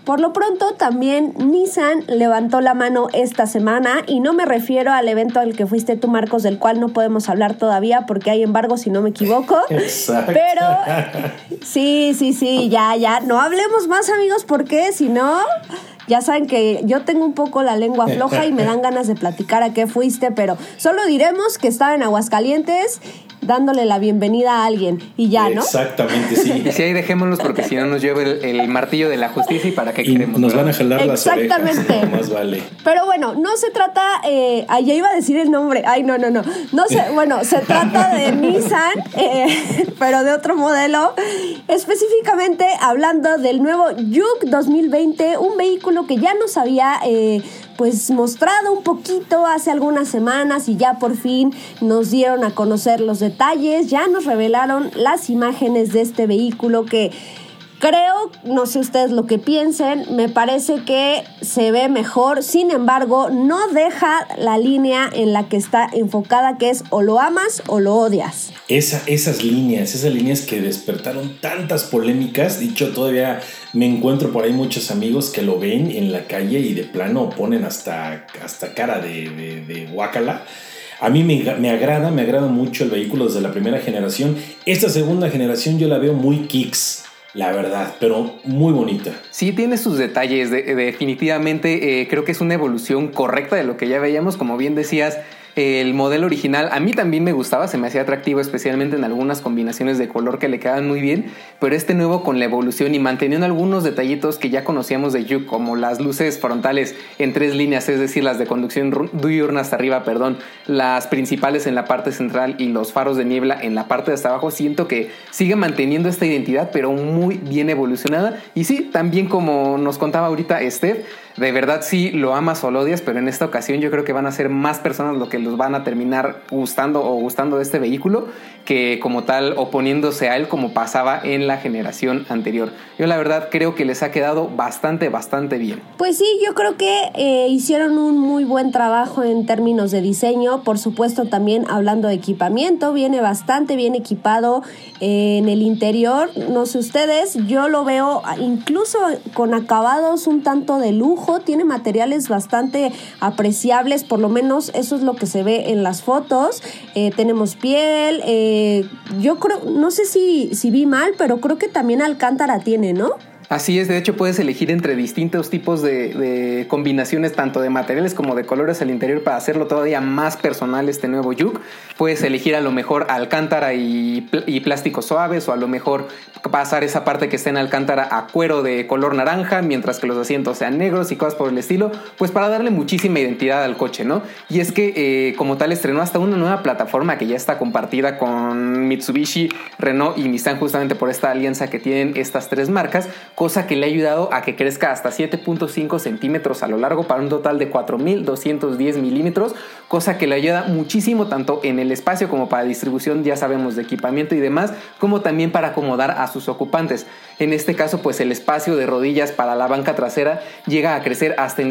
Por lo pronto, también Nissan levantó la mano esta semana, y no me refiero al evento al que fuiste tú, Marcos, del cual no podemos hablar todavía porque hay embargo, si no me equivoco. Exacto. Pero sí, ya, no hablemos más, amigos, porque si no, ya saben que yo tengo un poco la lengua floja y me dan ganas de platicar a qué fuiste, pero solo diremos que estaba en Aguascalientes dándole la bienvenida a alguien y ya, ¿no? Exactamente, sí. Y si ahí dejémoslos, porque si no nos lleva el martillo de la justicia, y para qué y queremos. nos ¿verdad? van a jalar las orejas. Exactamente. Más vale. Pero bueno, no se trata, ya iba a decir el nombre, se trata de Nissan, pero de otro modelo, específicamente hablando del nuevo Juke 2020, un vehículo que ya nos había mostrado un poquito hace algunas semanas, y ya por fin nos dieron a conocer los detalles, ya nos revelaron las imágenes de este vehículo que creo, no sé ustedes lo que piensen, me parece que se ve mejor. Sin embargo, no deja la línea en la que está enfocada, que es o lo amas o lo odias. Esas líneas que despertaron tantas polémicas. Dicho, todavía me encuentro por ahí muchos amigos que lo ven en la calle y de plano ponen hasta cara de guácala. A mí me agrada mucho el vehículo desde la primera generación. Esta segunda generación yo la veo muy kicks, la verdad, pero muy bonita. Sí, tiene sus detalles. Definitivamente creo que es una evolución correcta de lo que ya veíamos. Como bien decías, el modelo original a mí también me gustaba, se me hacía atractivo, especialmente en algunas combinaciones de color que le quedaban muy bien, pero este nuevo, con la evolución y manteniendo algunos detallitos que ya conocíamos de Juke, como las luces frontales en 3 líneas, es decir, las de conducción diurna hasta arriba, las principales en la parte central y los faros de niebla en la parte de hasta abajo, siento que sigue manteniendo esta identidad, pero muy bien evolucionada. Y sí, también como nos contaba ahorita Steph, de verdad sí lo amas o lo odias, pero en esta ocasión yo creo que van a ser más personas lo que los van a terminar gustando de este vehículo, que como tal oponiéndose a él, como pasaba en la generación anterior. Yo la verdad creo que les ha quedado bastante bien. Pues sí, yo creo que hicieron un muy buen trabajo en términos de diseño. Por supuesto, también hablando de equipamiento, viene bastante bien equipado en el interior. No sé ustedes, yo lo veo incluso con acabados un tanto de lujo. Tiene materiales bastante apreciables, por lo menos eso es lo que se ve en las fotos. Tenemos piel, yo creo, no sé si vi mal, pero creo que también alcántara tiene, ¿no? Así es, de hecho puedes elegir entre distintos tipos de combinaciones, tanto de materiales como de colores al interior, para hacerlo todavía más personal este nuevo Juke. Puedes elegir a lo mejor alcántara y plásticos suaves, o a lo mejor pasar esa parte que está en alcántara a cuero de color naranja, mientras que los asientos sean negros y cosas por el estilo, pues para darle muchísima identidad al coche, ¿no? Y es que como tal estrenó hasta una nueva plataforma que ya está compartida con Mitsubishi, Renault y Nissan, justamente por esta alianza que tienen estas 3 marcas, cosa que le ha ayudado a que crezca hasta 7.5 centímetros a lo largo, para un total de 4.210 milímetros, cosa que le ayuda muchísimo tanto en el espacio como para distribución, ya sabemos, de equipamiento y demás, como también para acomodar a sus ocupantes. En este caso, pues el espacio de rodillas para la banca trasera llega a crecer hasta en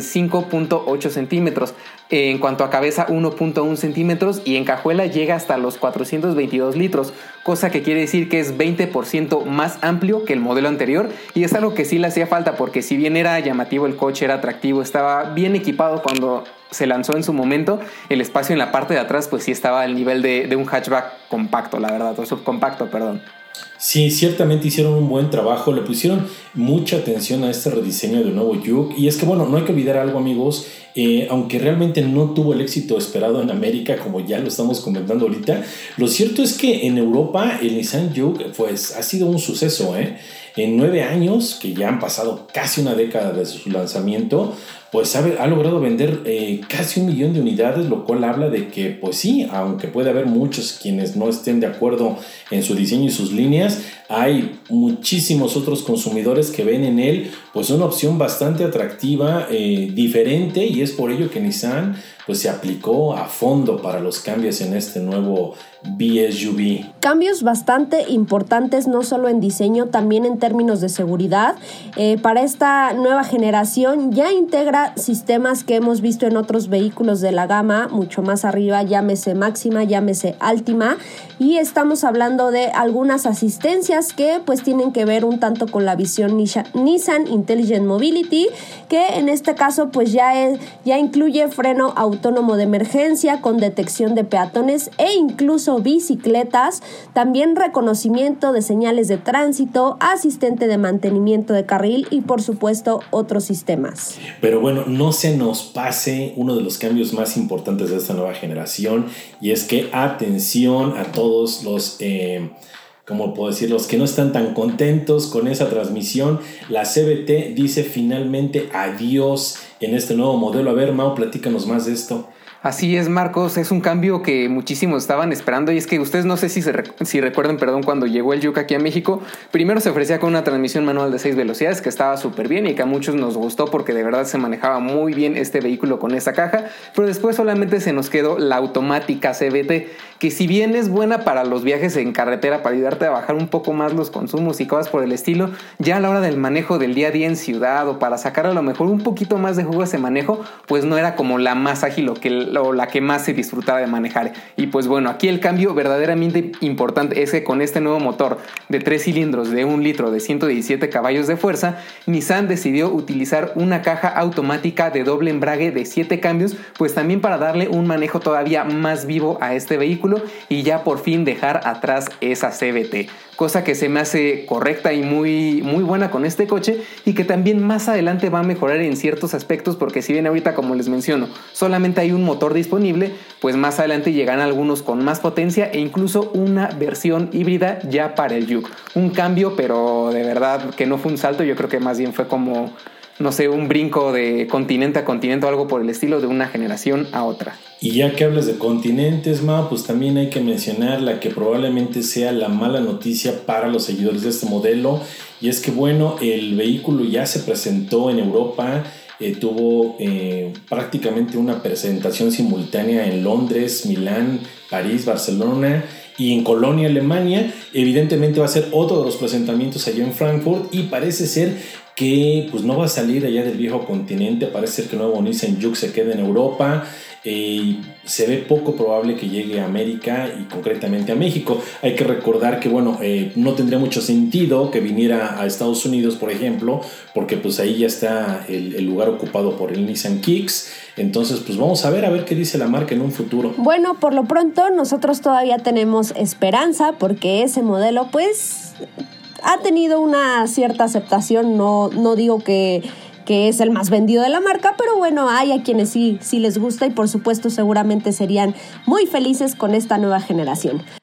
5.8 centímetros. En cuanto a cabeza, 1.1 centímetros, y en cajuela llega hasta los 422 litros, cosa que quiere decir que es 20% más amplio que el modelo anterior, y es algo que sí le hacía falta, porque si bien era llamativo el coche, era atractivo, estaba bien equipado cuando se lanzó en su momento, el espacio en la parte de atrás pues sí estaba al nivel de un hatchback compacto, la verdad, o subcompacto, perdón. Sí, ciertamente hicieron un buen trabajo, le pusieron mucha atención a este rediseño del nuevo Juke. Y es que, bueno, no hay que olvidar algo, amigos, aunque realmente no tuvo el éxito esperado en América, como ya lo estamos comentando ahorita, lo cierto es que en Europa el Nissan Juke pues ha sido un suceso, En 9 años, que ya han pasado casi una década desde su lanzamiento, pues ha logrado vender casi 1 millón de unidades, lo cual habla de que, pues sí, aunque puede haber muchos quienes no estén de acuerdo en su diseño y sus líneas, hay muchísimos otros consumidores que ven en él pues una opción bastante atractiva, diferente, y es por ello que Nissan pues se aplicó a fondo para los cambios en este nuevo BSUV. Cambios bastante importantes, no solo en diseño, también en términos de seguridad. Para esta nueva generación ya integra sistemas que hemos visto en otros vehículos de la gama, mucho más arriba, llámese Máxima, llámese Altima, y estamos hablando de algunas asistencias que pues tienen que ver un tanto con la visión Nissan Intelligent Mobility, que en este caso pues ya incluye freno autónomo de emergencia con detección de peatones e incluso bicicletas, también reconocimiento de señales de tránsito, asistente de mantenimiento de carril y por supuesto otros sistemas. Pero bueno, no se nos pase uno de los cambios más importantes de esta nueva generación, y es que atención a todos los ¿cómo puedo decir? Los que no están tan contentos con esa transmisión. La CVT dice finalmente adiós en este nuevo modelo. A ver, Mau, platícanos más de esto. Así es, Marcos, es un cambio que muchísimos estaban esperando, y es que ustedes no sé si recuerdan, cuando llegó el Juke aquí a México, primero se ofrecía con una transmisión manual de 6 velocidades que estaba súper bien y que a muchos nos gustó porque de verdad se manejaba muy bien este vehículo con esa caja, pero después solamente se nos quedó la automática CVT, que si bien es buena para los viajes en carretera, para ayudarte a bajar un poco más los consumos y cosas por el estilo, ya a la hora del manejo del día a día en ciudad o para sacar a lo mejor un poquito más de jugo a ese manejo, pues no era como la más ágil o la que más se disfrutaba de manejar. Y pues bueno, aquí el cambio verdaderamente importante es que con este nuevo motor de 3 cilindros de 1 litro de 117 caballos de fuerza, Nissan decidió utilizar una caja automática de doble embrague de 7 cambios, pues también para darle un manejo todavía más vivo a este vehículo y ya por fin dejar atrás esa CVT, cosa que se me hace correcta y muy, muy buena con este coche, y que también más adelante va a mejorar en ciertos aspectos, porque si bien ahorita, como les menciono, solamente hay un motor disponible, pues más adelante llegarán algunos con más potencia e incluso una versión híbrida ya para el Juke. Un cambio, pero de verdad que no fue un salto, yo creo que más bien fue como, no sé, un brinco de continente a continente o algo por el estilo, de una generación a otra. Y ya que hablas de continentes, Mao, pues también hay que mencionar la que probablemente sea la mala noticia para los seguidores de este modelo, y es que bueno, el vehículo ya se presentó en Europa, tuvo prácticamente una presentación simultánea en Londres, Milán, París, Barcelona y en Colonia, Alemania. Evidentemente va a ser otro de los presentamientos allá en Frankfurt, y parece ser que pues no va a salir allá del viejo continente. Parece ser que el nuevo Nissan Juke se queda en Europa. Se ve poco probable que llegue a América y concretamente a México. Hay que recordar que bueno, no tendría mucho sentido que viniera a Estados Unidos, por ejemplo, porque pues ahí ya está el lugar ocupado por el Nissan Kicks. Entonces pues vamos a ver qué dice la marca en un futuro. Bueno, por lo pronto nosotros todavía tenemos esperanza, porque ese modelo pues ha tenido una cierta aceptación. No digo que es el más vendido de la marca, pero bueno, hay a quienes sí les gusta, y por supuesto seguramente serían muy felices con esta nueva generación.